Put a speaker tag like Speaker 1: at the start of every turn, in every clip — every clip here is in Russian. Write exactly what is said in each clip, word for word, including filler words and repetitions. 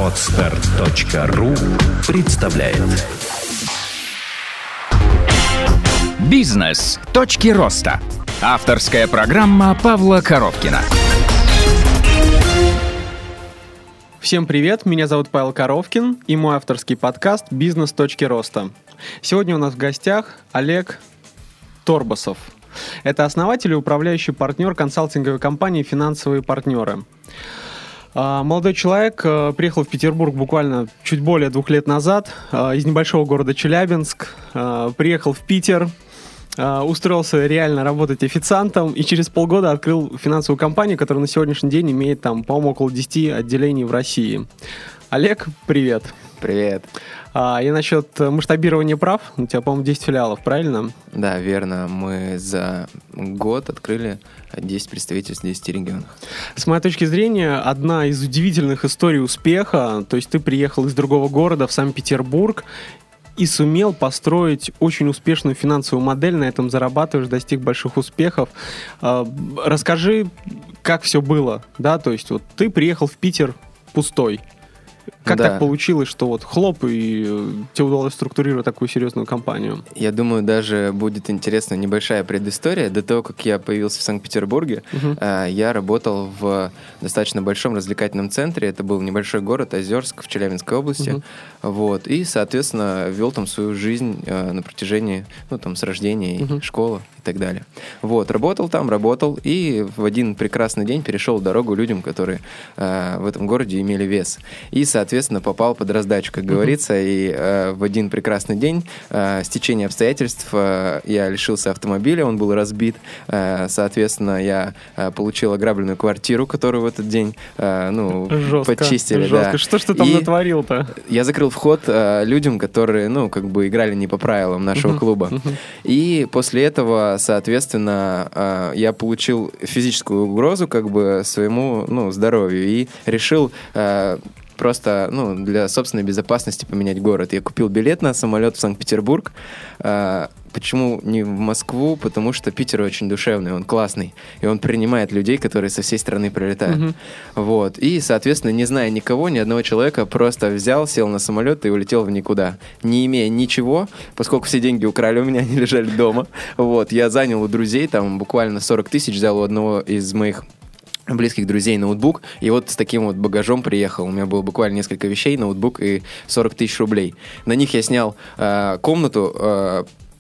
Speaker 1: Подстер точка ру представляет.
Speaker 2: Бизнес. Точки роста. Авторская программа Павла Коровкина.
Speaker 3: Всем привет, меня зовут Павел Коровкин и мой авторский подкаст «Бизнес. Точки роста». Сегодня у нас в гостях Олег Торбасов. Это основатель и управляющий партнер консалтинговой компании «Финансовые партнеры». Молодой человек приехал в Петербург буквально чуть более двух лет назад из небольшого города Челябинск, приехал в Питер, устроился реально работать официантом и через полгода открыл финансовую компанию, которая на сегодняшний день имеет, там, по-моему, около десяти отделений в России. Олег, привет.
Speaker 4: Привет.
Speaker 3: А, и насчет масштабирования прав, у тебя, по-моему, десять филиалов, правильно?
Speaker 4: Да, верно. Мы за год открыли десять представительств в десяти регионах.
Speaker 3: С моей точки зрения, одна из удивительных историй успеха, то есть ты приехал из другого города в Санкт-Петербург и сумел построить очень успешную финансовую модель, на этом зарабатываешь, достиг больших успехов. Расскажи, как все было, да, то есть вот ты приехал в Питер пустой. Как
Speaker 4: да.
Speaker 3: так получилось, что вот хлоп, и тебе удалось структурировать такую серьезную компанию?
Speaker 4: Я думаю, даже будет интересна небольшая предыстория. До того, как я появился в Санкт-Петербурге, uh-huh. э, я работал в достаточно большом развлекательном центре. Это был небольшой город Озерск в Челябинской области. Uh-huh. Вот. И, соответственно, вел там свою жизнь э, на протяжении, ну, там, с рождения, uh-huh. школы и так далее. Вот. Работал там, работал, и в один прекрасный день перешел дорогу людям, которые э, в этом городе имели вес. И, соответственно, попал под раздачу, как говорится, uh-huh. и э, в один прекрасный день э, стечение обстоятельств э, я лишился автомобиля, он был разбит, э, соответственно, я э, получил ограбленную квартиру, которую в этот день э, ну,
Speaker 3: жестко,
Speaker 4: почистили.
Speaker 3: Жестко.
Speaker 4: Да.
Speaker 3: Что ж ты там
Speaker 4: и
Speaker 3: натворил-то?
Speaker 4: Я закрыл вход э, людям, которые, ну, как бы играли не по правилам нашего uh-huh. клуба. Uh-huh. И после этого, соответственно, э, я получил физическую угрозу, как бы, своему, ну, здоровью, и решил э, просто, ну, для собственной безопасности поменять город. Я купил билет на самолет в Санкт-Петербург. А, почему не в Москву? Потому что Питер очень душевный, он классный. И он принимает людей, которые со всей страны прилетают. Uh-huh. Вот. И, соответственно, не зная никого, ни одного человека, просто взял, сел на самолет и улетел в никуда. Не имея ничего, поскольку все деньги украли у меня, они лежали дома. Вот. Я занял у друзей, там, буквально сорок тысяч, взял у одного из моих близких друзей ноутбук, и вот с таким вот багажом приехал. У меня было буквально несколько вещей, ноутбук и сорок тысяч рублей. На них я снял э, комнату э,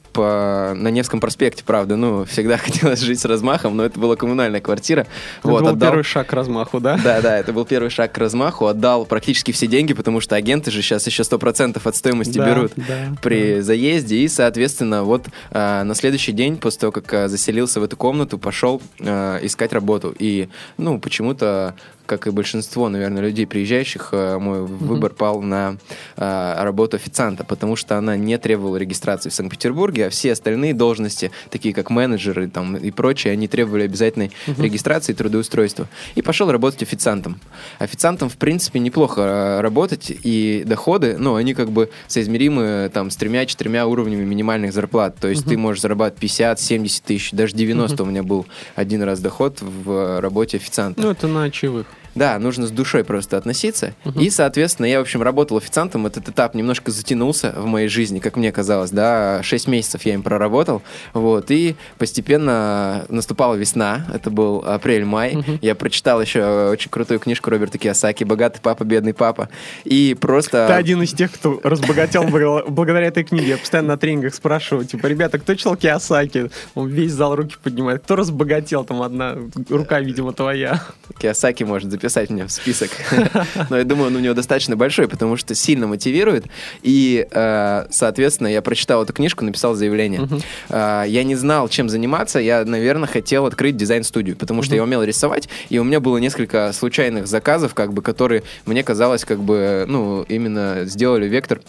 Speaker 4: по, на Невском проспекте, правда. Ну, всегда хотелось жить с размахом, но это была коммунальная квартира.
Speaker 3: Это
Speaker 4: вот,
Speaker 3: был
Speaker 4: отдал...
Speaker 3: первый шаг к размаху, да?
Speaker 4: Да, да, это был первый шаг к размаху. Отдал практически все деньги, потому что агенты же сейчас еще сто процентов от стоимости да, берут
Speaker 3: да,
Speaker 4: при
Speaker 3: да.
Speaker 4: заезде. И, соответственно, вот э, на следующий день, после того, как э, заселился в эту комнату, пошел э, искать работу. И, ну, почему-то, как и большинство, наверное, людей, приезжающих, э, мой mm-hmm. выбор пал на э, работу официанта, потому что она не требовала регистрации в Санкт-Петербурге, а все остальные должности, такие как менеджеры там, и прочие, они требовали обязательной mm-hmm. регистрации и трудоустройства. И пошел работать официантом. Официантом, в принципе, неплохо э, работать, и доходы, ну, они как бы соизмеримы там, с тремя-четырьмя уровнями минимальных зарплат. То есть mm-hmm. ты можешь зарабатывать пятьдесят-семьдесят тысяч, даже девяносто mm-hmm. у меня был один раз доход в работе официанта.
Speaker 3: Ну, это на чаевых.
Speaker 4: Да, нужно с душой просто относиться. Uh-huh. И, соответственно, я, в общем, работал официантом. Этот этап немножко затянулся в моей жизни, как мне казалось, да. Шесть месяцев я им проработал. Вот, и постепенно наступала весна. Это был апрель-май. Uh-huh. Я прочитал еще очень крутую книжку Роберта Кийосаки «Богатый папа, бедный папа». И просто...
Speaker 3: Ты один из тех, кто разбогател благодаря этой книге. Я постоянно на тренингах спрашиваю, типа, ребята, кто читал Кийосаки? Он весь зал руки поднимает. Кто разбогател? Там одна рука, видимо, твоя.
Speaker 4: Кийосаки может записать писать меня в список. Но я думаю, он у него достаточно большой, потому что сильно мотивирует. И, э, соответственно, я прочитал эту книжку, написал заявление. Uh-huh. Э, я не знал, чем заниматься. Я, наверное, хотел открыть дизайн-студию, потому что uh-huh. я умел рисовать, и у меня было несколько случайных заказов, как бы, которые, мне казалось, как бы, ну, именно сделали вектор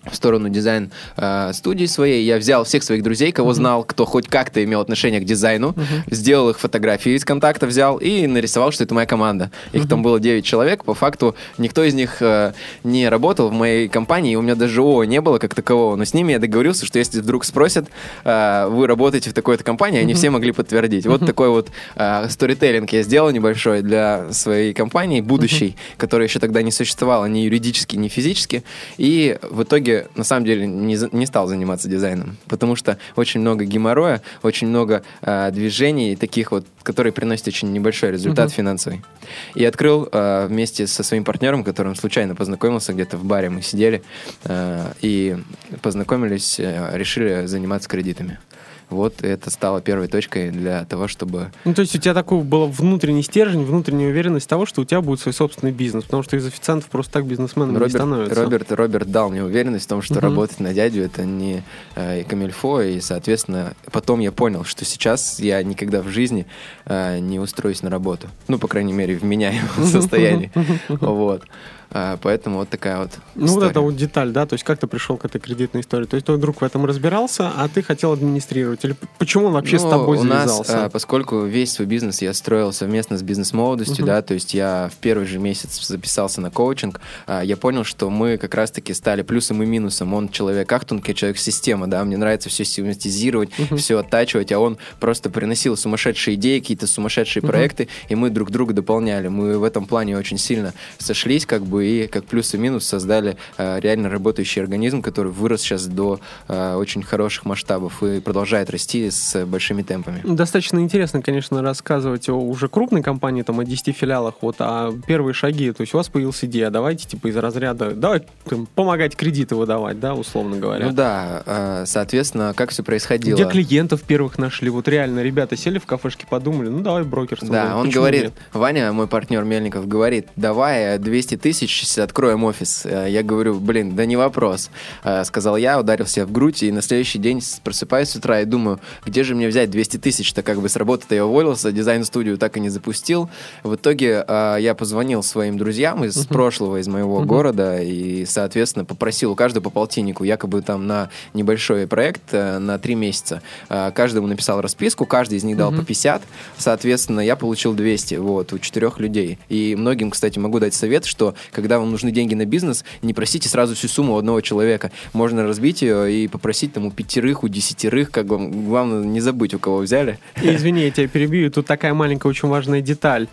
Speaker 4: в сторону дизайн-студии своей. Я взял всех своих друзей, кого uh-huh. знал, кто хоть как-то имел отношение к дизайну, uh-huh. сделал их фотографии из контакта, взял и нарисовал, что это моя команда. Их uh-huh. там было девять человек. По факту никто из них э, не работал в моей компании, у меня даже ООО не было как такового, но с ними я договорился, что если вдруг спросят, э, вы работаете в такой-то компании, uh-huh. они все могли подтвердить. Uh-huh. Вот такой вот э, сторителлинг я сделал небольшой для своей компании, будущей, uh-huh. которая еще тогда не существовала ни юридически, ни физически. И в итоге на самом деле не, не стал заниматься дизайном, потому что очень много геморроя, очень много э, движений таких вот, которые приносят очень небольшой результат uh-huh. финансовый. И открыл э, вместе со своим партнером, которым случайно познакомился где-то в баре, мы сидели э, и познакомились, э, решили заниматься кредитами. Вот это стало первой точкой для того, чтобы...
Speaker 3: Ну, то есть у тебя такой был внутренний стержень, внутренняя уверенность того, что у тебя будет свой собственный бизнес, потому что из официантов просто так бизнесменами
Speaker 4: Роберт,
Speaker 3: не становятся.
Speaker 4: Роберт, Роберт дал мне уверенность в том, что
Speaker 3: uh-huh.
Speaker 4: работать на дядю — это не э, камильфо, и, соответственно, потом я понял, что сейчас я никогда в жизни э, не устроюсь на работу. Ну, по крайней мере, в меняемом состоянии. Вот. А, поэтому вот такая вот
Speaker 3: Ну,
Speaker 4: история.
Speaker 3: вот это вот деталь, да? То есть как ты пришел к этой кредитной истории? То есть твой друг в этом разбирался, а ты хотел администрировать? Или почему он вообще
Speaker 4: ну,
Speaker 3: с тобой
Speaker 4: у нас,
Speaker 3: завязался?
Speaker 4: а, поскольку весь свой бизнес я строил совместно с бизнес-молодостью, uh-huh. да, то есть я в первый же месяц записался на коучинг, а, я понял, что мы как раз-таки стали плюсом и минусом. Он человек Ахтунг, я человек-система, да, мне нравится все систематизировать, uh-huh. все оттачивать, а он просто приносил сумасшедшие идеи, какие-то сумасшедшие uh-huh. проекты, и мы друг друга дополняли. Мы в этом плане очень сильно сошлись, как бы, и как плюс и минус создали э, реально работающий организм, который вырос сейчас до э, очень хороших масштабов и продолжает расти с большими темпами.
Speaker 3: Достаточно интересно, конечно, рассказывать о уже крупной компании, там, о десяти филиалах, вот, а первые шаги, то есть у вас появилась идея, давайте, типа, из разряда, давай там, помогать кредиты выдавать, да, условно говоря.
Speaker 4: Ну да, э, соответственно, как все происходило.
Speaker 3: Где клиентов первых нашли, вот реально, ребята сели в кафешке, подумали, ну давай брокерство.
Speaker 4: Да, он говорит, нет? Ваня, мой партнер Мельников, говорит, давай двести тысяч, откроем офис. Я говорю, блин, да не вопрос. Сказал я, ударил себя в грудь, и на следующий день просыпаюсь с утра и думаю, где же мне взять двести тысяч-то, как бы с работы-то я уволился, дизайн-студию так и не запустил. В итоге я позвонил своим друзьям из uh-huh. прошлого, из моего uh-huh. города, и, соответственно, попросил у каждого по полтиннику, якобы там на небольшой проект на три месяца. Каждому написал расписку, каждый из них дал uh-huh. по пятьдесят. Соответственно, я получил двести, вот, у четырех людей. И многим, кстати, могу дать совет, что когда вам нужны деньги на бизнес, не просите сразу всю сумму у одного человека. Можно разбить ее и попросить там у пятерых, у десятерых, как вам, главное не забыть, у кого взяли.
Speaker 3: И, извини, я тебя перебью, тут такая маленькая очень важная деталь.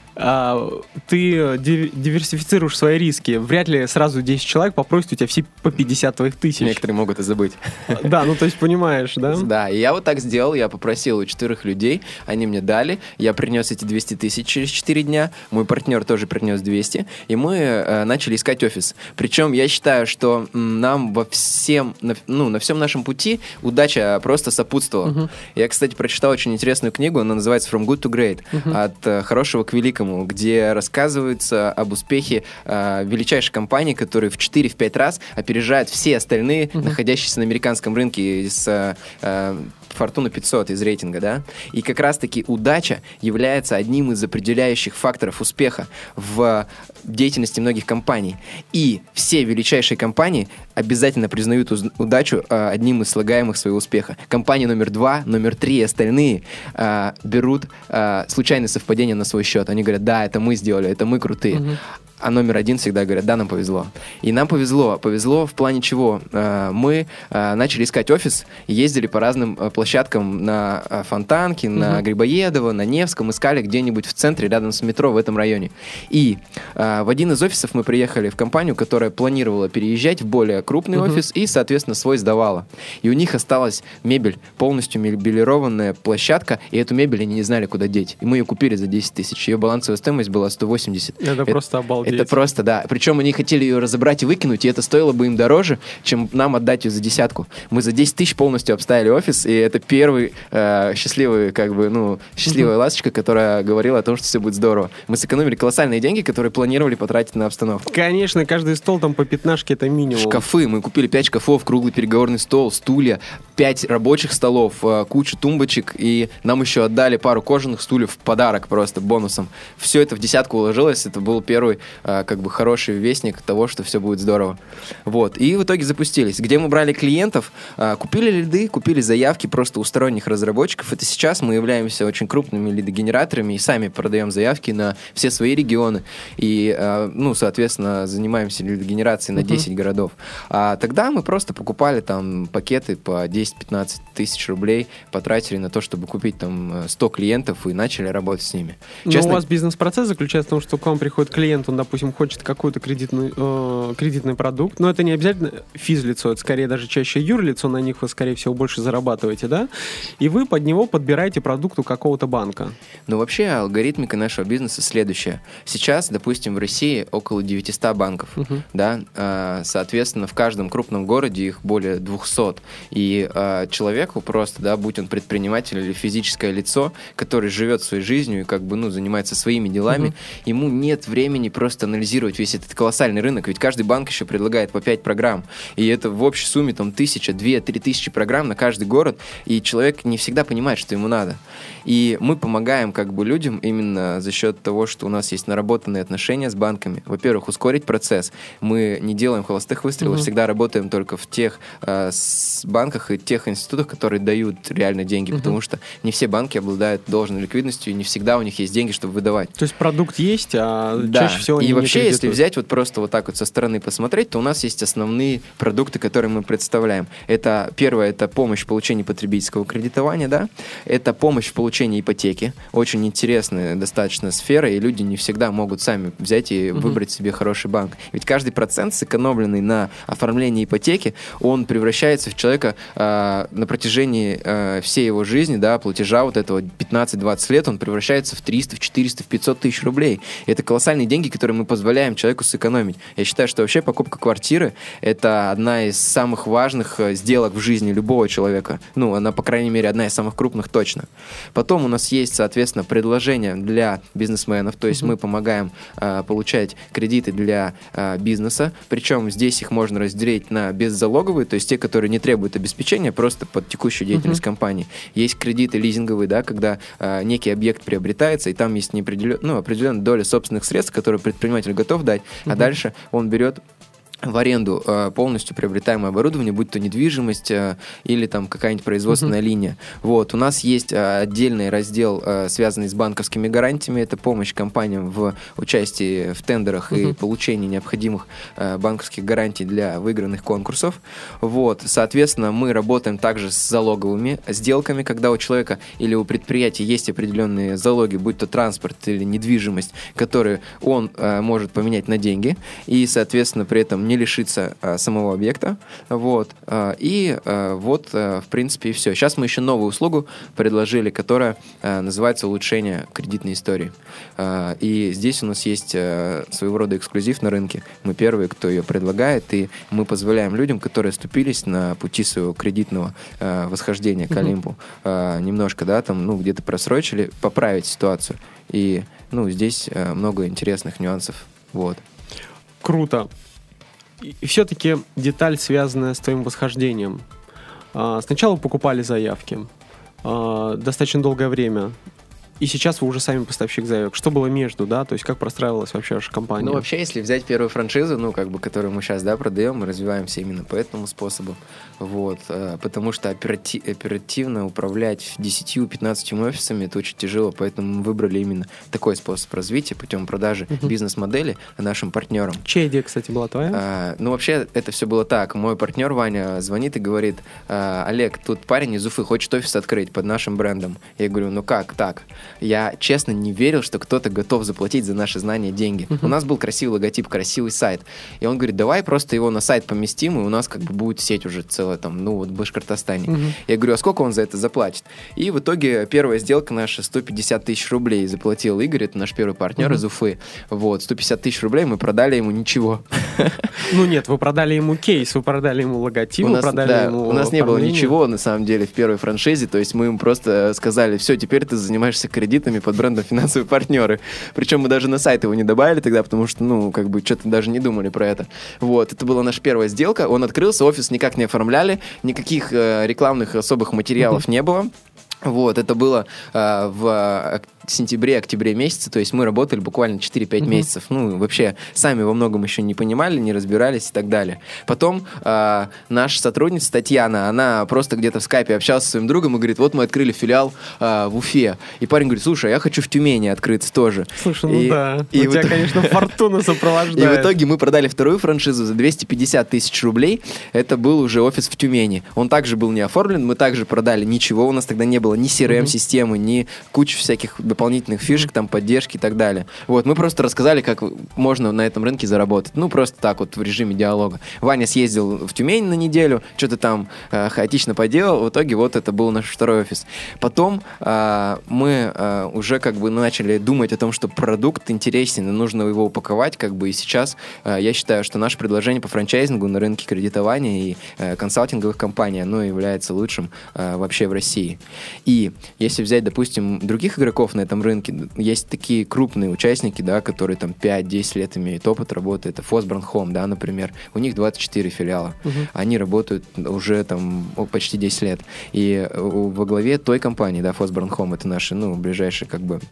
Speaker 3: А, ты диверсифицируешь свои риски. Вряд ли сразу десять человек попросят у тебя все по пятьдесят твоих тысяч.
Speaker 4: Некоторые могут и забыть.
Speaker 3: Да, ну то есть понимаешь, да?
Speaker 4: Да, и я вот так сделал, я попросил у четырех людей, они мне дали, я принес эти двести тысяч через четыре дня, мой партнер тоже принес двести, и мы э, начали искать офис. Причем я считаю, что нам во всем, на, ну, на всем нашем пути удача просто сопутствовала. Uh-huh. Я, кстати, прочитал очень интересную книгу, она называется «From Good to Great», uh-huh. от э, хорошего к великому, где рассказывается об успехе э, величайшей компании, которая в четыре-пять раз опережает все остальные, uh-huh. находящиеся на американском рынке с э, Фортуна пятьсот из рейтинга, да? И как раз-таки удача является одним из определяющих факторов успеха в деятельности многих компаний. И все величайшие компании обязательно признают уз- удачу э, одним из слагаемых своего успеха. Компания номер два, номер три и остальные э, берут э, случайные совпадения на свой счет. Они говорят, да, это мы сделали, это мы крутые. Uh-huh. А номер один всегда говорят, да, нам повезло. И нам повезло. Повезло в плане чего? Мы начали искать офис, ездили по разным площадкам на Фонтанке, uh-huh. на Грибоедово, на Невском, искали где-нибудь в центре, рядом с метро, в этом районе. И в один из офисов мы приехали в компанию, которая планировала переезжать в более крупный uh-huh. офис и, соответственно, свой сдавала. И у них осталась мебель, полностью мебелированная площадка, и эту мебель они не знали, куда деть. И мы ее купили за десять тысяч. Ее балансовая стоимость была сто восемьдесят.
Speaker 3: Это, это просто обалдеть.
Speaker 4: Это просто, да. Причем они хотели ее разобрать и выкинуть, и это стоило бы им дороже, чем нам отдать ее за десятку. Мы за десять тысяч полностью обставили офис, и это первый э, счастливый, как бы, ну, счастливая uh-huh. ласточка, которая говорила о том, что все будет здорово. Мы сэкономили колоссальные деньги, которые планировали потратить на обстановку.
Speaker 3: Конечно, каждый стол там по пятнашке, это минимум.
Speaker 4: Шкафы. Мы купили пять шкафов, круглый переговорный стол, стулья, пять рабочих столов, э, кучу тумбочек, и нам еще отдали пару кожаных стульев в подарок просто, бонусом. Все это в десятку уложилось, это был первый а, как бы хороший вестник того, что все будет здорово. Вот. И в итоге запустились. Где мы брали клиентов, а, купили лиды, купили заявки просто у сторонних разработчиков. Это сейчас мы являемся очень крупными лидогенераторами и сами продаем заявки на все свои регионы. И, а, ну, соответственно, занимаемся лидогенерацией на десять uh-huh. городов. А тогда мы просто покупали там пакеты по десять-пятнадцать тысяч рублей, потратили на то, чтобы купить там сто клиентов и начали работать с ними.
Speaker 3: Но Честно... у вас бизнес-процесс заключается в том, что к вам приходит клиент, он, допустим, хочет какой-то кредитный, э, кредитный продукт, но это не обязательно физлицо, это скорее даже чаще юрлицо, на них вы, скорее всего, больше зарабатываете, да? И вы под него подбираете продукт у какого-то банка.
Speaker 4: Ну, вообще, алгоритмика нашего бизнеса следующая. Сейчас, допустим, в России около девятьсот банков, uh-huh. да, э, соответственно, в каждом крупном городе их более двухсот. И э, человеку просто, да, будь он предприниматель или физическое лицо, который живет своей жизнью и как бы, ну, занимается своими делами, uh-huh. ему нет времени просто анализировать весь этот колоссальный рынок, ведь каждый банк еще предлагает по пять программ, и это в общей сумме там тысяча, две, три тысячи программ на каждый город, и человек не всегда понимает, что ему надо. И мы помогаем как бы людям именно за счет того, что у нас есть наработанные отношения с банками. Во-первых, ускорить процесс. Мы не делаем холостых выстрелов, uh-huh. всегда работаем только в тех э, с банках и тех институтах, которые дают реально деньги, uh-huh. потому что не все банки обладают должной ликвидностью, и не всегда у них есть деньги, чтобы выдавать.
Speaker 3: То есть продукт есть, а
Speaker 4: да.
Speaker 3: чаще всего они
Speaker 4: и
Speaker 3: не
Speaker 4: вообще,
Speaker 3: кредитуют.
Speaker 4: Если взять вот просто вот так вот со стороны посмотреть, то у нас есть основные продукты, которые мы представляем. Это первое, это помощь в получении потребительского кредитования, да, это помощь в получении ипотеки, очень интересная достаточно сфера, и люди не всегда могут сами взять и uh-huh. выбрать себе хороший банк. Ведь каждый процент, сэкономленный на оформлении ипотеки, он превращается в человека э, на протяжении э, всей его жизни, да, платежа вот этого пятнадцать-двадцать лет, он превращается в триста, в четыреста, в пятьсот тысяч рублей. И это колоссальные деньги, которые мы позволяем человеку сэкономить. Я считаю, что вообще покупка квартиры — это одна из самых важных сделок в жизни любого человека. Ну, она, по крайней мере, одна из самых крупных точно. Потом у нас есть, соответственно, предложения для бизнесменов, то есть uh-huh. мы помогаем э, получать кредиты для э, бизнеса, причем здесь их можно разделить на беззалоговые, то есть те, которые не требуют обеспечения, просто под текущую деятельность uh-huh. компании. Есть кредиты лизинговые, да, когда э, некий объект приобретается, и там есть неопределен... ну, определенная доля собственных средств, которые предприниматель готов дать, uh-huh. а дальше он берет в аренду э, полностью приобретаемое оборудование, будь то недвижимость э, или там какая-нибудь производственная uh-huh. линия. Вот. У нас есть э, отдельный раздел, э, связанный с банковскими гарантиями. Это помощь компаниям в участии в тендерах uh-huh. и получении необходимых э, банковских гарантий для выигранных конкурсов. Вот. Соответственно, мы работаем также с залоговыми сделками, когда у человека или у предприятия есть определенные залоги, будь то транспорт или недвижимость, которые он э, может поменять на деньги, и, соответственно, при этом не лишиться а, самого объекта. Вот. А, и а, вот, а, в принципе, и все. Сейчас мы еще новую услугу предложили, которая а, называется улучшение кредитной истории. А, и здесь у нас есть а, своего рода эксклюзив на рынке. Мы первые, кто ее предлагает, и мы позволяем людям, которые ступились на пути своего кредитного а, восхождения к Олимпу, а, немножко, да, там, ну, где-то просрочили, поправить ситуацию. И, ну, здесь а, много интересных нюансов. Вот.
Speaker 3: Круто. И все-таки деталь, связанная с твоим восхождением. Сначала покупали заявки достаточно долгое время, и сейчас вы уже сами поставщик заявок. Что было между, да? То есть как простраивалась вообще ваша компания?
Speaker 4: Ну, вообще, если взять первую франшизу, ну, как бы, которую мы сейчас, да, продаем, мы развиваемся именно по этому способу. Вот. Потому что оператив, оперативно управлять десятью-пятнадцатью офисами — это очень тяжело, поэтому мы выбрали именно такой способ развития путем продажи uh-huh. бизнес-модели нашим партнерам.
Speaker 3: Чья идея, кстати, была твоя?
Speaker 4: А, ну, вообще, это все было так. Мой партнер Ваня звонит и говорит: Олег, тут парень из Уфы хочет офис открыть под нашим брендом. Я говорю: ну как так? Я, честно, не верил, что кто-то готов заплатить за наши знания деньги. Uh-huh. У нас был красивый логотип, красивый сайт. И он говорит: давай просто его на сайт поместим, и у нас как бы будет сеть уже целая там, ну вот в Башкортостане. Uh-huh. Я говорю: а сколько он за это заплатит? И в итоге первая сделка наша сто пятьдесят тысяч рублей заплатил Игорь, это наш первый партнер uh-huh. из Уфы. Вот, сто пятьдесят тысяч рублей мы продали ему ничего.
Speaker 3: Ну нет, вы продали ему кейс, вы продали ему логотип, вы продали
Speaker 4: да,
Speaker 3: ему
Speaker 4: у нас не было ничего, на самом деле, в первой франшизе. То есть мы им просто сказали: все, теперь ты занимаешься кредитами под брендом «Финансовые партнеры». Причем мы даже на сайт его не добавили тогда, потому что, ну, как бы, что-то даже не думали про это. Вот, это была наша первая сделка. Он открылся, офис никак не оформляли, никаких э, рекламных особых материалов не было. Вот, это было э, в сентябре-октябре месяце, то есть мы работали буквально четыре-пять mm-hmm. месяцев. Ну, вообще, сами во многом еще не понимали, не разбирались и так далее. Потом э, наша сотрудница Татьяна, она просто где-то в скайпе общалась со своим другом и говорит, вот мы открыли филиал э, в Уфе. И парень говорит, слушай, я хочу в Тюмени открыться тоже.
Speaker 3: Слушай, ну
Speaker 4: и,
Speaker 3: да,
Speaker 4: и
Speaker 3: у тебя,
Speaker 4: итоге...
Speaker 3: конечно, фортуна сопровождает.
Speaker 4: И в итоге мы продали вторую франшизу за двести пятьдесят тысяч рублей. Это был уже офис в Тюмени. Он также был не оформлен, мы также продали ничего. У нас тогда не было ни си эр эм-системы, mm-hmm. ни кучи всяких дополнительных фишек, mm-hmm. там, поддержки и так далее. Вот, мы просто рассказали, как можно на этом рынке заработать. Ну, просто так вот в режиме диалога. Ваня съездил в Тюмень на неделю, что-то там э, хаотично поделал. В итоге вот это был наш второй офис. Потом э, мы э, уже как бы начали думать о том, что продукт интересен, и нужно его упаковать, как бы, и сейчас э, я считаю, что наше предложение по франчайзингу на рынке кредитования и э, консалтинговых компаний, оно является лучшим э, вообще в России. И если взять, допустим, других игроков на этом рынке, есть такие крупные участники, да, которые там пять-десять лет имеют опыт работы, это Fosburn Home, да, например, у них двадцать четыре филиала, uh-huh. они работают уже там почти десять лет, и во главе той компании, да, Fosburn Home, это наши, ну, ближайшие, как бы,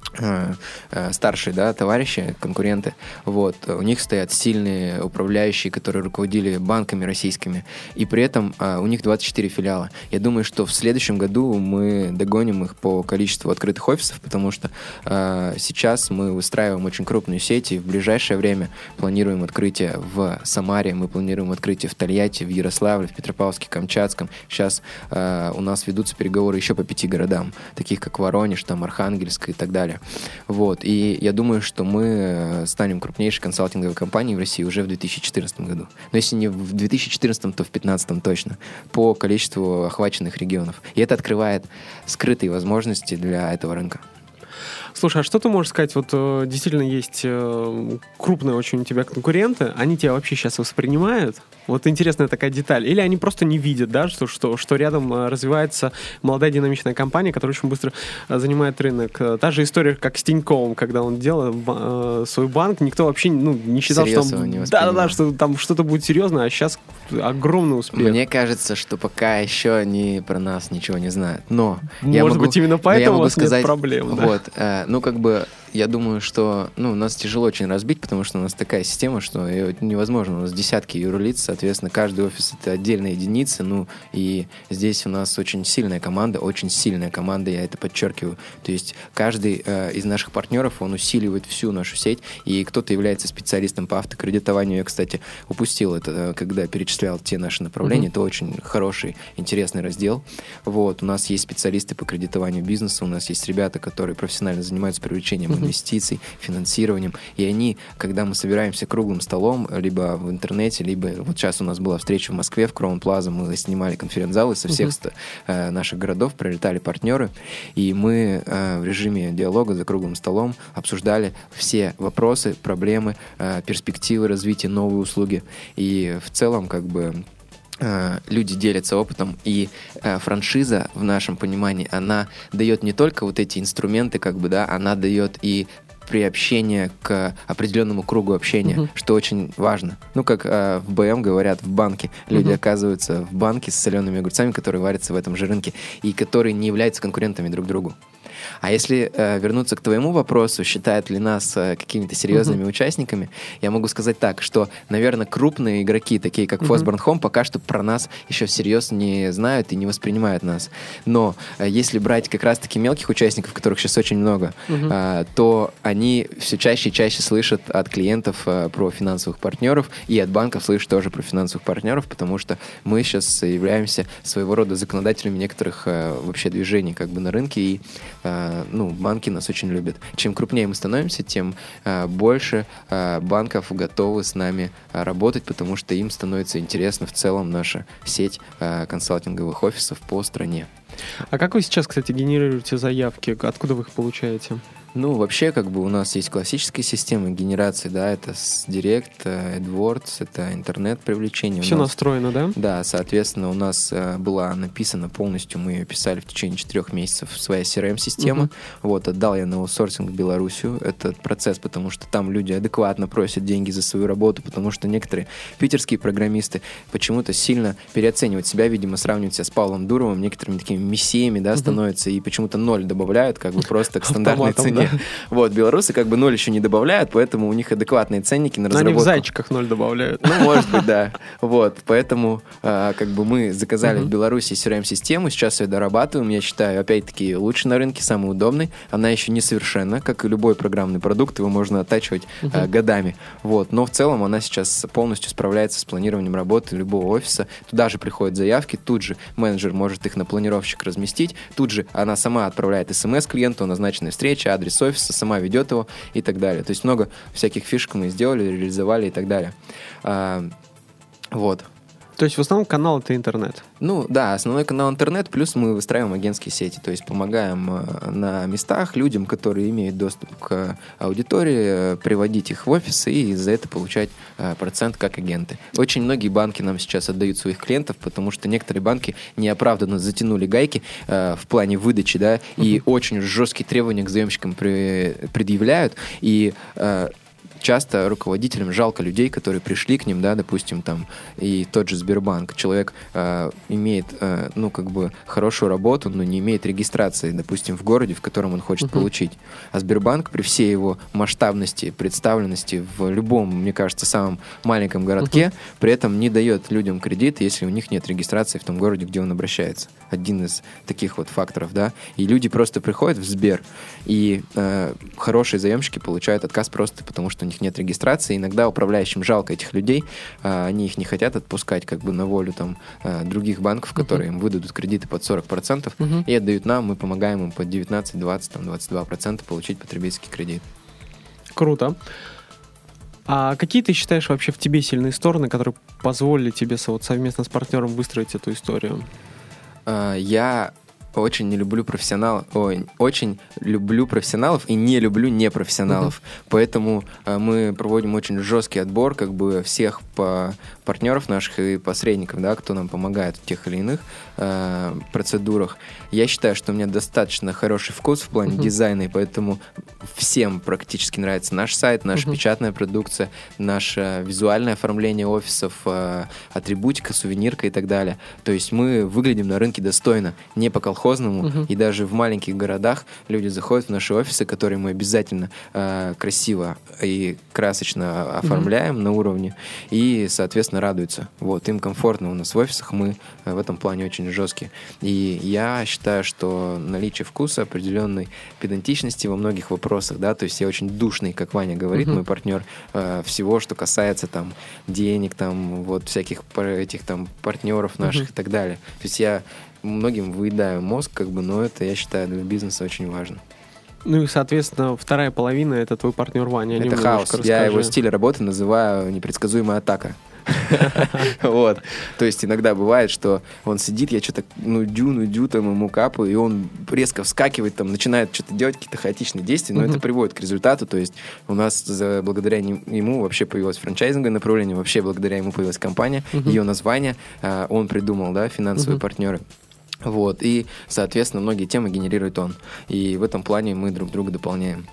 Speaker 4: старшие, да, товарищи, конкуренты, вот, у них стоят сильные управляющие, которые руководили банками российскими, и при этом а, у них двадцать четыре филиала. Я думаю, что в следующем году мы догоним их по количеству открытых офисов, потому что а, сейчас мы выстраиваем очень крупную сеть, и в ближайшее время планируем открытие в Самаре, мы планируем открытие в Тольятти, в Ярославле, в Петропавловске, Камчатском. Сейчас а, у нас ведутся переговоры еще по пяти городам, таких как Воронеж, там, Архангельск и так далее. Вот, и я думаю, что мы станем крупнейшей консалтинговой компанией в России уже в две тысячи четырнадцатом году. Но если не в две тысячи четырнадцатом, то в две тысячи пятнадцатом точно, по количеству охваченных регионов. И это открывает скрытые возможности для этого рынка.
Speaker 3: Слушай, а что ты можешь сказать? Вот э, действительно есть э, крупные очень у тебя конкуренты. Они тебя вообще сейчас воспринимают? Вот интересная такая деталь. Или они просто не видят, да, что, что, что рядом э, развивается молодая динамичная компания, которая очень быстро э, занимает рынок. Та же история, как с Тиньковым, когда он делал э, свой банк, никто вообще ну, не считал,
Speaker 4: Серьезно
Speaker 3: что, там,
Speaker 4: не
Speaker 3: да, да, что там что-то будет серьезно, а сейчас огромный успех.
Speaker 4: Мне кажется, что пока еще они про нас ничего не знают. Но
Speaker 3: Может
Speaker 4: я могу,
Speaker 3: быть, именно поэтому у вас
Speaker 4: сказать,
Speaker 3: нет проблем. Да?
Speaker 4: Вот, э, ну, как бы, я думаю, что ну, нас тяжело очень разбить, потому что у нас такая система, что ее невозможно. У нас десятки юрлиц, соответственно, каждый офис — это отдельная единица, ну, и здесь у нас очень сильная команда, очень сильная команда, я это подчеркиваю. То есть каждый э, из наших партнеров, он усиливает всю нашу сеть, и кто-то является специалистом по автокредитованию. Я, кстати, упустил это, когда перечислял те наши направления. Mm-hmm. Это очень хороший, интересный раздел. Вот, у нас есть специалисты по кредитованию бизнеса, у нас есть ребята, которые профессионально занимаются привлечением mm-hmm. инвестиций, финансированием, и они, когда мы собираемся круглым столом, либо в интернете, либо вот сейчас у нас была встреча в Москве, в Кроун Плаза, мы снимали конференц-залы со всех uh-huh. э, наших городов, прилетали партнеры, и мы э, в режиме диалога за круглым столом обсуждали все вопросы, проблемы, э, перспективы развития, новые услуги, и в целом, как бы, люди делятся опытом, и э, франшиза, в нашем понимании, она дает не только вот эти инструменты, как бы, да, она дает и приобщение к определенному кругу общения, uh-huh. что очень важно. Ну, как э, в БМ говорят, в банке. Люди uh-huh. оказываются в банке с солеными огурцами, которые варятся в этом же рынке, и которые не являются конкурентами друг другу. А если э, вернуться к твоему вопросу, считают ли нас э, какими-то серьезными uh-huh. участниками, я могу сказать так, что, наверное, крупные игроки, такие как uh-huh. Fosburn Home, пока что про нас еще всерьез не знают и не воспринимают нас. Но э, если брать как раз-таки мелких участников, которых сейчас очень много, uh-huh. э, то они все чаще и чаще слышат от клиентов э, про финансовых партнеров, и от банков слышат тоже про финансовых партнеров, потому что мы сейчас являемся своего рода законодателями некоторых э, вообще движений как бы на рынке, и ну, банки нас очень любят. Чем крупнее мы становимся, тем э, больше э, банков готовы с нами э, работать, потому что им становится интересна в целом наша сеть э, консалтинговых офисов по стране.
Speaker 3: А как вы сейчас, кстати, генерируете заявки? Откуда вы их получаете?
Speaker 4: Ну, вообще, как бы у нас есть классическая система генерации, да, это с Direct, AdWords, это интернет-привлечение.
Speaker 3: Все
Speaker 4: нас,
Speaker 3: настроено, да?
Speaker 4: Да, соответственно, у нас э, была написана полностью, мы ее писали в течение четырех месяцев, своя си ар эм-система. Uh-huh. Вот, отдал я на аутсорсинг в Белоруссию этот процесс, потому что там люди адекватно просят деньги за свою работу, потому что некоторые питерские программисты почему-то сильно переоценивают себя, видимо, сравнивают себя с Павлом Дуровым, некоторыми такими мессиями, да, uh-huh. становятся, и почему-то ноль добавляют, как бы просто к стандартной цене. Да. Вот, белорусы как бы ноль еще не добавляют, поэтому у них адекватные ценники на разработку.
Speaker 3: Они в зайчиках ноль добавляют.
Speaker 4: Ну, может быть, да. Вот, поэтому а, как бы мы заказали uh-huh. в Беларуси си ар эм-систему, сейчас ее дорабатываем, я считаю, опять-таки, лучше на рынке, самый удобный. Она еще не совершенна, как и любой программный продукт, его можно оттачивать uh-huh. а, годами. Вот, но в целом она сейчас полностью справляется с планированием работы любого офиса. Туда же приходят заявки, тут же менеджер может их на планировщик разместить, тут же она сама отправляет смс клиенту, назначенной встречи, адрес офиса, сама ведет его и так далее. То есть много всяких фишек мы сделали, реализовали и так далее. А, вот.
Speaker 3: То есть в основном канал — это интернет?
Speaker 4: Ну да, основной канал интернет, плюс мы выстраиваем агентские сети, то есть помогаем э, на местах людям, которые имеют доступ к аудитории, э, приводить их в офисы и за это получать э, процент как агенты. Очень многие банки нам сейчас отдают своих клиентов, потому что некоторые банки неоправданно затянули гайки э, в плане выдачи, да, uh-huh. и очень жесткие требования к заемщикам при, предъявляют, и э, часто руководителям жалко людей, которые пришли к ним, да, допустим, там, и тот же Сбербанк. Человек э, имеет, э, ну, как бы, хорошую работу, но не имеет регистрации, допустим, в городе, в котором он хочет uh-huh. получить. А Сбербанк при всей его масштабности, представленности в любом, мне кажется, самом маленьком городке, uh-huh. при этом не дает людям кредит, если у них нет регистрации в том городе, где он обращается. Один из таких вот факторов, да. И люди просто приходят в Сбер, и э, хорошие заемщики получают отказ просто потому, что у них нет регистрации. Иногда управляющим жалко этих людей, а, они их не хотят отпускать как бы на волю там а, других банков, которые uh-huh. им выдадут кредиты под сорок процентов uh-huh. и отдают нам, мы помогаем им под девятнадцать, двадцать, там, двадцать два процента получить потребительский кредит. Круто.
Speaker 3: А какие ты считаешь вообще в тебе сильные стороны, которые позволили тебе вот совместно с партнером выстроить эту историю?
Speaker 4: А, я очень не люблю профессионалов, ой, очень люблю профессионалов и не люблю непрофессионалов. Uh-huh. Поэтому э, мы проводим очень жесткий отбор как бы всех по партнеров наших и посредников, да, кто нам помогает в тех или иных э, процедурах. Я считаю, что у меня достаточно хороший вкус в плане uh-huh. дизайна, и поэтому всем практически нравится наш сайт, наша uh-huh. печатная продукция, наше визуальное оформление офисов, э, атрибутика, сувенирка и так далее. То есть мы выглядим на рынке достойно, не по колхозному, uh-huh. и даже в маленьких городах люди заходят в наши офисы, которые мы обязательно э, красиво и красочно оформляем uh-huh. на уровне, и, соответственно, радуются. Вот, им комфортно у нас в офисах, мы в этом плане очень жесткие. И я считаю, что наличие вкуса, определенной педантичности во многих вопросах, да, то есть я очень душный, как Ваня говорит, uh-huh. мой партнер, э, всего, что касается там денег, там, вот, всяких этих там партнеров наших uh-huh. и так далее. То есть я многим выедаю мозг, как бы, но это, я считаю, для бизнеса очень важно.
Speaker 3: Ну и, соответственно, вторая половина — это твой партнер Ваня.
Speaker 4: Это хаос. Я его стиль работы называю непредсказуемая атака. Вот. То есть иногда бывает, что он сидит, я что-то нудю, нудю, там ему капаю, и он резко вскакивает, там, начинает что-то делать, какие-то хаотичные действия, но это приводит к результату. То есть у нас благодаря ему вообще появилось франчайзинговое направление, вообще благодаря ему появилась компания, ее название он придумал, да, финансовые партнеры. Вот, и, соответственно, многие темы генерирует он. И в этом плане мы друг друга дополняем.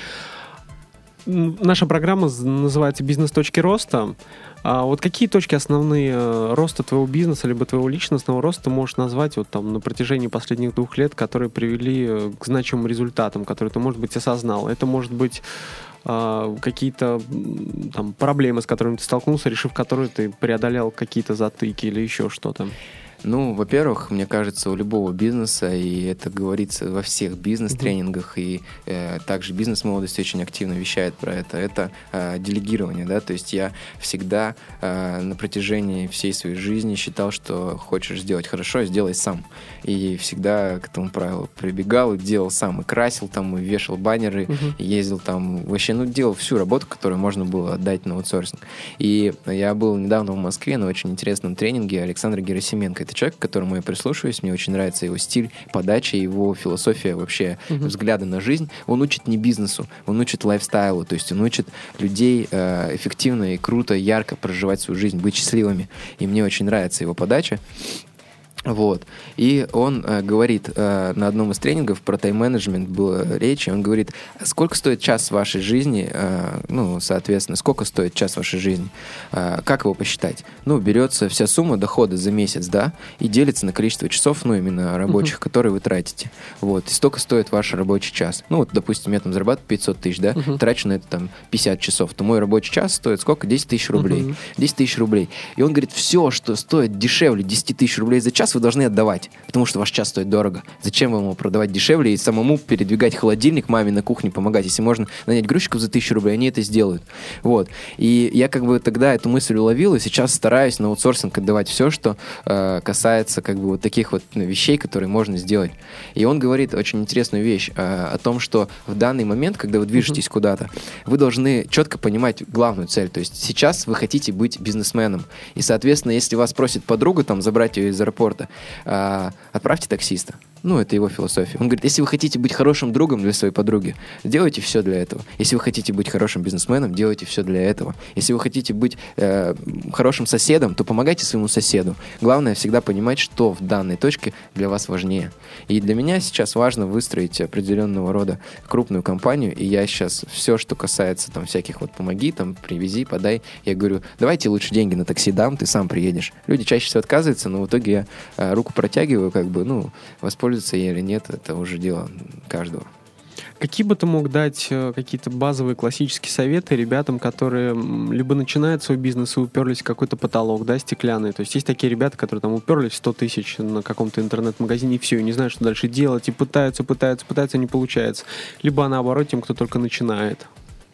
Speaker 3: Наша программа называется «Бизнес. Точки роста». А вот какие точки основные роста твоего бизнеса, либо твоего личностного роста ты можешь назвать вот там на протяжении последних двух лет, которые привели к значимым результатам, которые ты, может быть, осознал? Это может быть а, какие-то там проблемы, с которыми ты столкнулся, решив которые ты преодолел какие-то затыки или еще что-то?
Speaker 4: Ну, во-первых, мне кажется, у любого бизнеса, и это говорится во всех бизнес-тренингах, и э, также бизнес-молодость очень активно вещает про это, это э, делегирование, да, то есть я всегда э, на протяжении всей своей жизни считал, что хочешь сделать хорошо, сделай сам, и всегда к этому правилу прибегал и делал сам, и красил там, и вешал баннеры, uh-huh. и ездил там, вообще, ну, делал всю работу, которую можно было отдать на аутсорсинг. И я был недавно в Москве на очень интересном тренинге Александра Герасименко, это это человек, к которому я прислушиваюсь, мне очень нравится его стиль, подача, его философия вообще, uh-huh. взгляды на жизнь. Он учит не бизнесу, он учит лайфстайлу, то есть он учит людей э, эффективно и круто, ярко проживать свою жизнь, быть счастливыми. И мне очень нравится его подача. Вот. И он э, говорит э, на одном из тренингов про тайм-менеджмент была речь, и он говорит, сколько стоит час вашей жизни, э, ну, соответственно, сколько стоит час вашей жизни, э, как его посчитать? Ну, берется вся сумма дохода за месяц, да, и делится на количество часов, ну, именно рабочих, uh-huh. которые вы тратите. Вот. И столько стоит ваш рабочий час. Ну, вот, допустим, я там зарабатываю пятьсот тысяч, да, uh-huh. трачу на это там пятьдесят часов, то мой рабочий час стоит сколько? десять тысяч рублей. Uh-huh. десять тысяч рублей. И он говорит, все, что стоит дешевле десять тысяч рублей за час, вы должны отдавать, потому что ваш час стоит дорого. Зачем вам его продавать дешевле и самому передвигать холодильник маме на кухне, помогать? Если можно нанять грузчиков за тысячу рублей, они это сделают. Вот. И я как бы тогда эту мысль уловил, и сейчас стараюсь на аутсорсинг отдавать все, что э, касается как бы вот таких вот ну, вещей, которые можно сделать. И он говорит очень интересную вещь э, о том, что в данный момент, когда вы движетесь uh-huh. куда-то, вы должны четко понимать главную цель. То есть сейчас вы хотите быть бизнесменом. И, соответственно, если вас просит подруга там забрать ее из аэропорта, Uh, отправьте таксиста. Ну, это его философия. Он говорит, если вы хотите быть хорошим другом для своей подруги, делайте все для этого. Если вы хотите быть хорошим бизнесменом, делайте все для этого. Если вы хотите быть э, хорошим соседом, то помогайте своему соседу. Главное всегда понимать, что в данной точке для вас важнее. И для меня сейчас важно выстроить определенного рода крупную компанию, и я сейчас все, что касается там всяких вот помоги, там привези, подай, я говорю, давайте лучше деньги на такси дам, ты сам приедешь. Люди чаще всего отказываются, но в итоге я э, руку протягиваю, как бы, ну, воспользоваться или нет, это уже дело каждого.
Speaker 3: Какие бы ты мог дать какие-то базовые классические советы ребятам, которые либо начинают свой бизнес и уперлись в какой-то потолок, да, стеклянный? То есть есть такие ребята, которые там уперлись в сто тысяч на каком-то интернет-магазине и все, и не знают, что дальше делать, и пытаются, пытаются, пытаются, не получается. Либо наоборот тем, кто только начинает.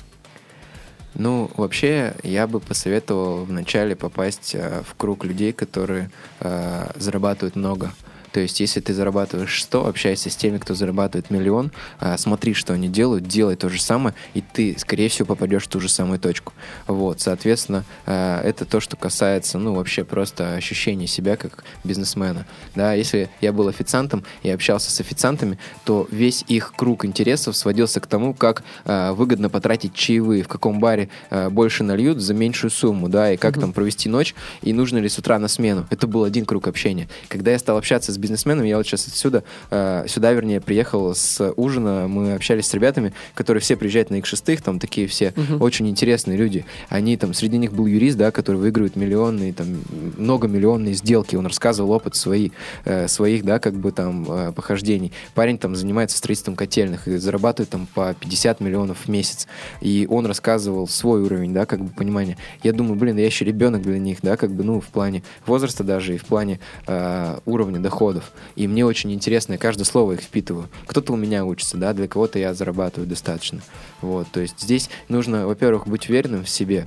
Speaker 4: Ну, вообще, я бы посоветовал вначале попасть э, в круг людей, которые э, зарабатывают много. То есть, если ты зарабатываешь сто, общайся с теми, кто зарабатывает миллион, а, смотри, что они делают, делай то же самое, и ты, скорее всего, попадешь в ту же самую точку. Вот, соответственно, а, это то, что касается, ну, вообще просто ощущения себя как бизнесмена. Да, если я был официантом и общался с официантами, то весь их круг интересов сводился к тому, как а, выгодно потратить чаевые, в каком баре а, больше нальют за меньшую сумму, да, и как mm-hmm. там провести ночь, и нужно ли с утра на смену. Это был один круг общения. Когда я стал общаться с бизнесменом, я вот сейчас отсюда, э, сюда, вернее, приехал с ужина, мы общались с ребятами, которые все приезжают на икс шесть, там такие все uh-huh. очень интересные люди. Они там, среди них был юрист, да, который выигрывает миллионные, там, многомиллионные сделки, он рассказывал опыт свои, э, своих, да, как бы там э, похождений. Парень там занимается строительством котельных и зарабатывает там по пятьдесят миллионов в месяц. И он рассказывал свой уровень, да, как бы понимания. Я думаю, блин, я еще ребенок для них, да, как бы, ну, в плане возраста даже и в плане э, уровня дохода. И мне очень интересно, я каждое слово их впитываю. Кто-то у меня учится, да, для кого-то я зарабатываю достаточно. Вот, то есть здесь нужно, во-первых, быть уверенным в себе,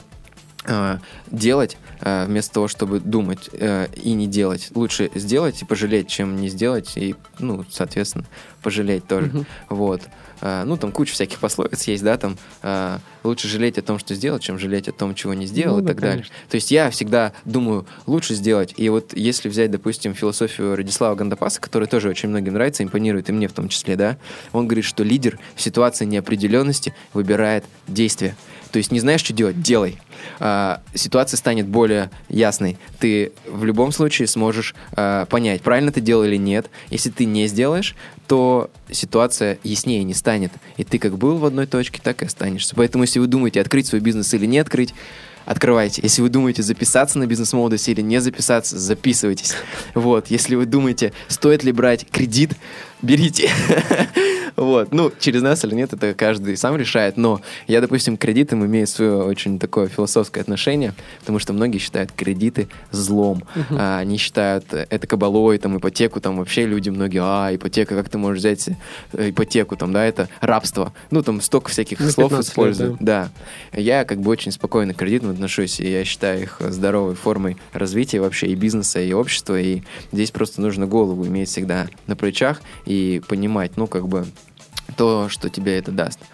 Speaker 4: делать вместо того, чтобы думать и не делать. Лучше сделать и пожалеть, чем не сделать и, ну, соответственно, пожалеть тоже. Uh-huh. Вот. Ну, там куча всяких пословиц есть, да, там лучше жалеть о том, что сделал, чем жалеть о том, чего не сделал, ну, и так да, далее. То есть я всегда думаю, лучше сделать. И вот если взять, допустим, философию Радислава Гандапаса, которая тоже очень многим нравится, импонирует, и мне в том числе, да, он говорит, что лидер в ситуации неопределенности выбирает действие. То есть не знаешь, что делать, делай. А, ситуация станет более ясной. Ты в любом случае сможешь а, понять, правильно ты делал или нет. Если ты не сделаешь, то ситуация яснее не станет. И ты как был в одной точке, так и останешься. Поэтому, если вы думаете, открыть свой бизнес или не открыть, открывайте. Если вы думаете записаться на бизнес-молодость или не записаться, записывайтесь. Вот. Если вы думаете, стоит ли брать кредит, берите. Вот. Ну, через нас или нет, это каждый сам решает. Но я, допустим, к кредитам имею свое очень такое философское отношение, потому что многие считают кредиты злом. Uh-huh. А, они считают это кабалой, там, ипотеку, там вообще люди многие, а, ипотека, как ты можешь взять ипотеку, там, да, это рабство. Ну, там столько всяких ну, слов используют. Лет, да. да. Я как бы очень спокойно к кредитам отношусь, и я считаю их здоровой формой развития вообще и бизнеса, и общества, и здесь просто нужно голову иметь всегда на плечах и понимать, ну, как бы, то, что тебе это даст.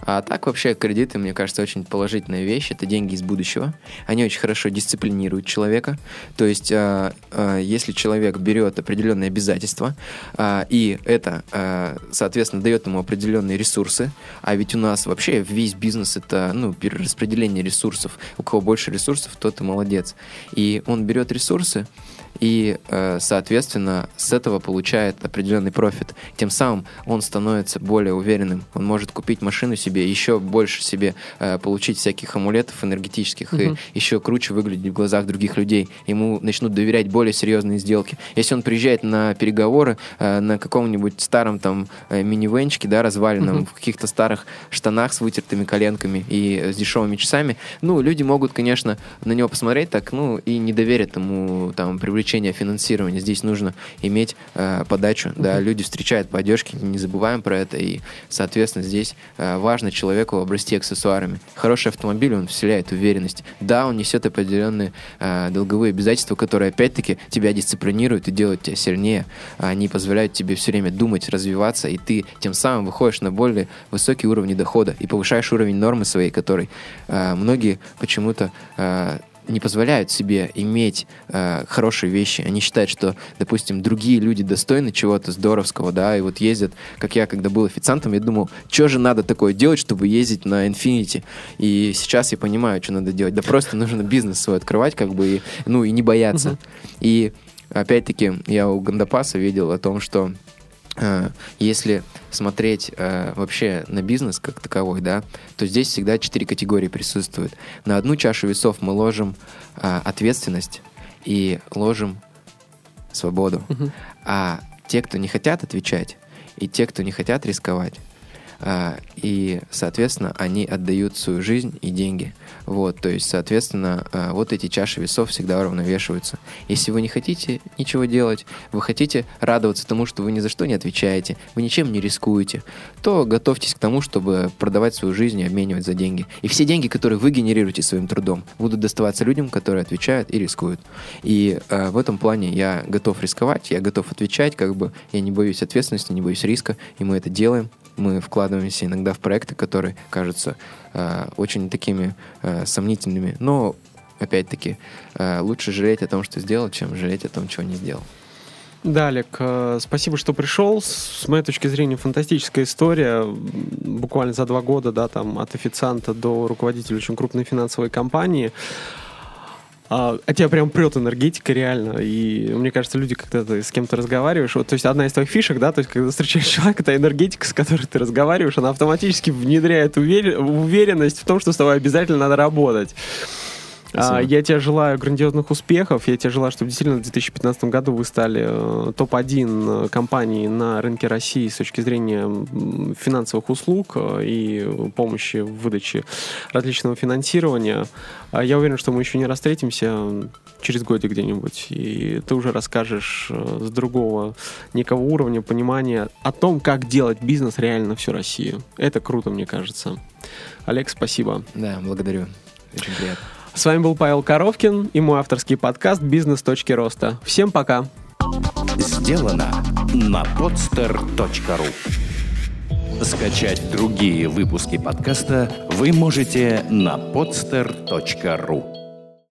Speaker 4: А так вообще кредиты, мне кажется, очень положительная вещь. Это деньги из будущего. Они очень хорошо дисциплинируют человека. То есть, э, э, если человек берет определенные обязательства, э, и это, э, соответственно, дает ему определенные ресурсы, а ведь у нас вообще весь бизнес — это, ну, перераспределение ресурсов. У кого больше ресурсов, тот и молодец. И он берет ресурсы, и, соответственно, с этого получает определенный профит. Тем самым он становится более уверенным. Он может купить машину себе, еще больше себе получить всяких амулетов энергетических, угу. и еще круче выглядеть в глазах других людей. Ему начнут доверять более серьезные сделки. Если он приезжает на переговоры на каком-нибудь старом там минивенчике, да, разваленном, угу. в каких-то старых штанах с вытертыми коленками и с дешевыми часами, ну, люди могут, конечно, на него посмотреть так, ну, и не доверят ему там привлечение финансирования. Здесь нужно иметь э, подачу. Uh-huh. Да, люди встречают по одежке, не забываем про это. И, соответственно, здесь э, важно человеку обрасти аксессуарами. Хороший автомобиль, он вселяет уверенность. Да, он несет определенные э, долговые обязательства, которые, опять-таки, тебя дисциплинируют и делают тебя сильнее. Они позволяют тебе все время думать, развиваться, и ты тем самым выходишь на более высокий уровень дохода и повышаешь уровень нормы своей, который э, многие почему-то э, не позволяют себе иметь э, хорошие вещи. Они считают, что, допустим, другие люди достойны чего-то здоровского, да, и вот ездят, как я, когда был официантом, я думал, что же надо такое делать, чтобы ездить на Infiniti. И сейчас я понимаю, что надо делать. Да просто нужно бизнес свой открывать, как бы, и, ну, и не бояться. Uh-huh. И, опять-таки, я у Гандапаса видел о том, что если смотреть э, вообще на бизнес как таковой, да, то здесь всегда четыре категории присутствуют. На одну чашу весов мы ложим э, ответственность и ложим свободу. Uh-huh. А те, кто не хотят отвечать, и те, кто не хотят рисковать, э, и, соответственно, они отдают свою жизнь и деньги. Вот, то есть, соответственно, э, вот эти чаши весов всегда уравновешиваются. Если вы не хотите ничего делать, вы хотите радоваться тому, что вы ни за что не отвечаете, вы ничем не рискуете, то готовьтесь к тому, чтобы продавать свою жизнь и обменивать за деньги. И все деньги, которые вы генерируете своим трудом, будут доставаться людям, которые отвечают и рискуют. И э, в этом плане я готов рисковать, я готов отвечать, как бы я не боюсь ответственности, не боюсь риска, и мы это делаем. Мы вкладываемся иногда в проекты, которые кажутся э, очень такими э, сомнительными. Но, опять-таки, э, лучше жалеть о том, что сделал, чем жалеть о том, чего не сделал.
Speaker 3: Да, Олег, э, спасибо, что пришел. С моей точки зрения, фантастическая история. Буквально за два года, да, там, от официанта до руководителя очень крупной финансовой компании. А, а тебя прям прет энергетика, реально. И мне кажется, люди, когда ты с кем-то разговариваешь, вот, то есть одна из твоих фишек, да, то есть когда встречаешь человека, та энергетика, с которой ты разговариваешь, она автоматически внедряет увер... уверенность в том, что с тобой обязательно надо работать. А, я тебе желаю грандиозных успехов. Я тебе желаю, чтобы действительно в две тысячи пятнадцатом году вы стали э, топ один компанией на рынке России с точки зрения финансовых услуг э, и помощи в выдаче различного финансирования. А я уверен, что мы еще не раз встретимся через годик где-нибудь, и ты уже расскажешь э, с другого некого уровня понимания о том, как делать бизнес реально на всю Россию. Это круто, мне кажется. Олег, спасибо.
Speaker 4: Да, благодарю. Очень приятно.
Speaker 3: С вами был Павел Коровкин и мой авторский подкаст «Бизнес. Точки роста». Всем пока!
Speaker 1: Сделано на подстер точка ру. Скачать другие выпуски подкаста вы можете на подстер точка ру.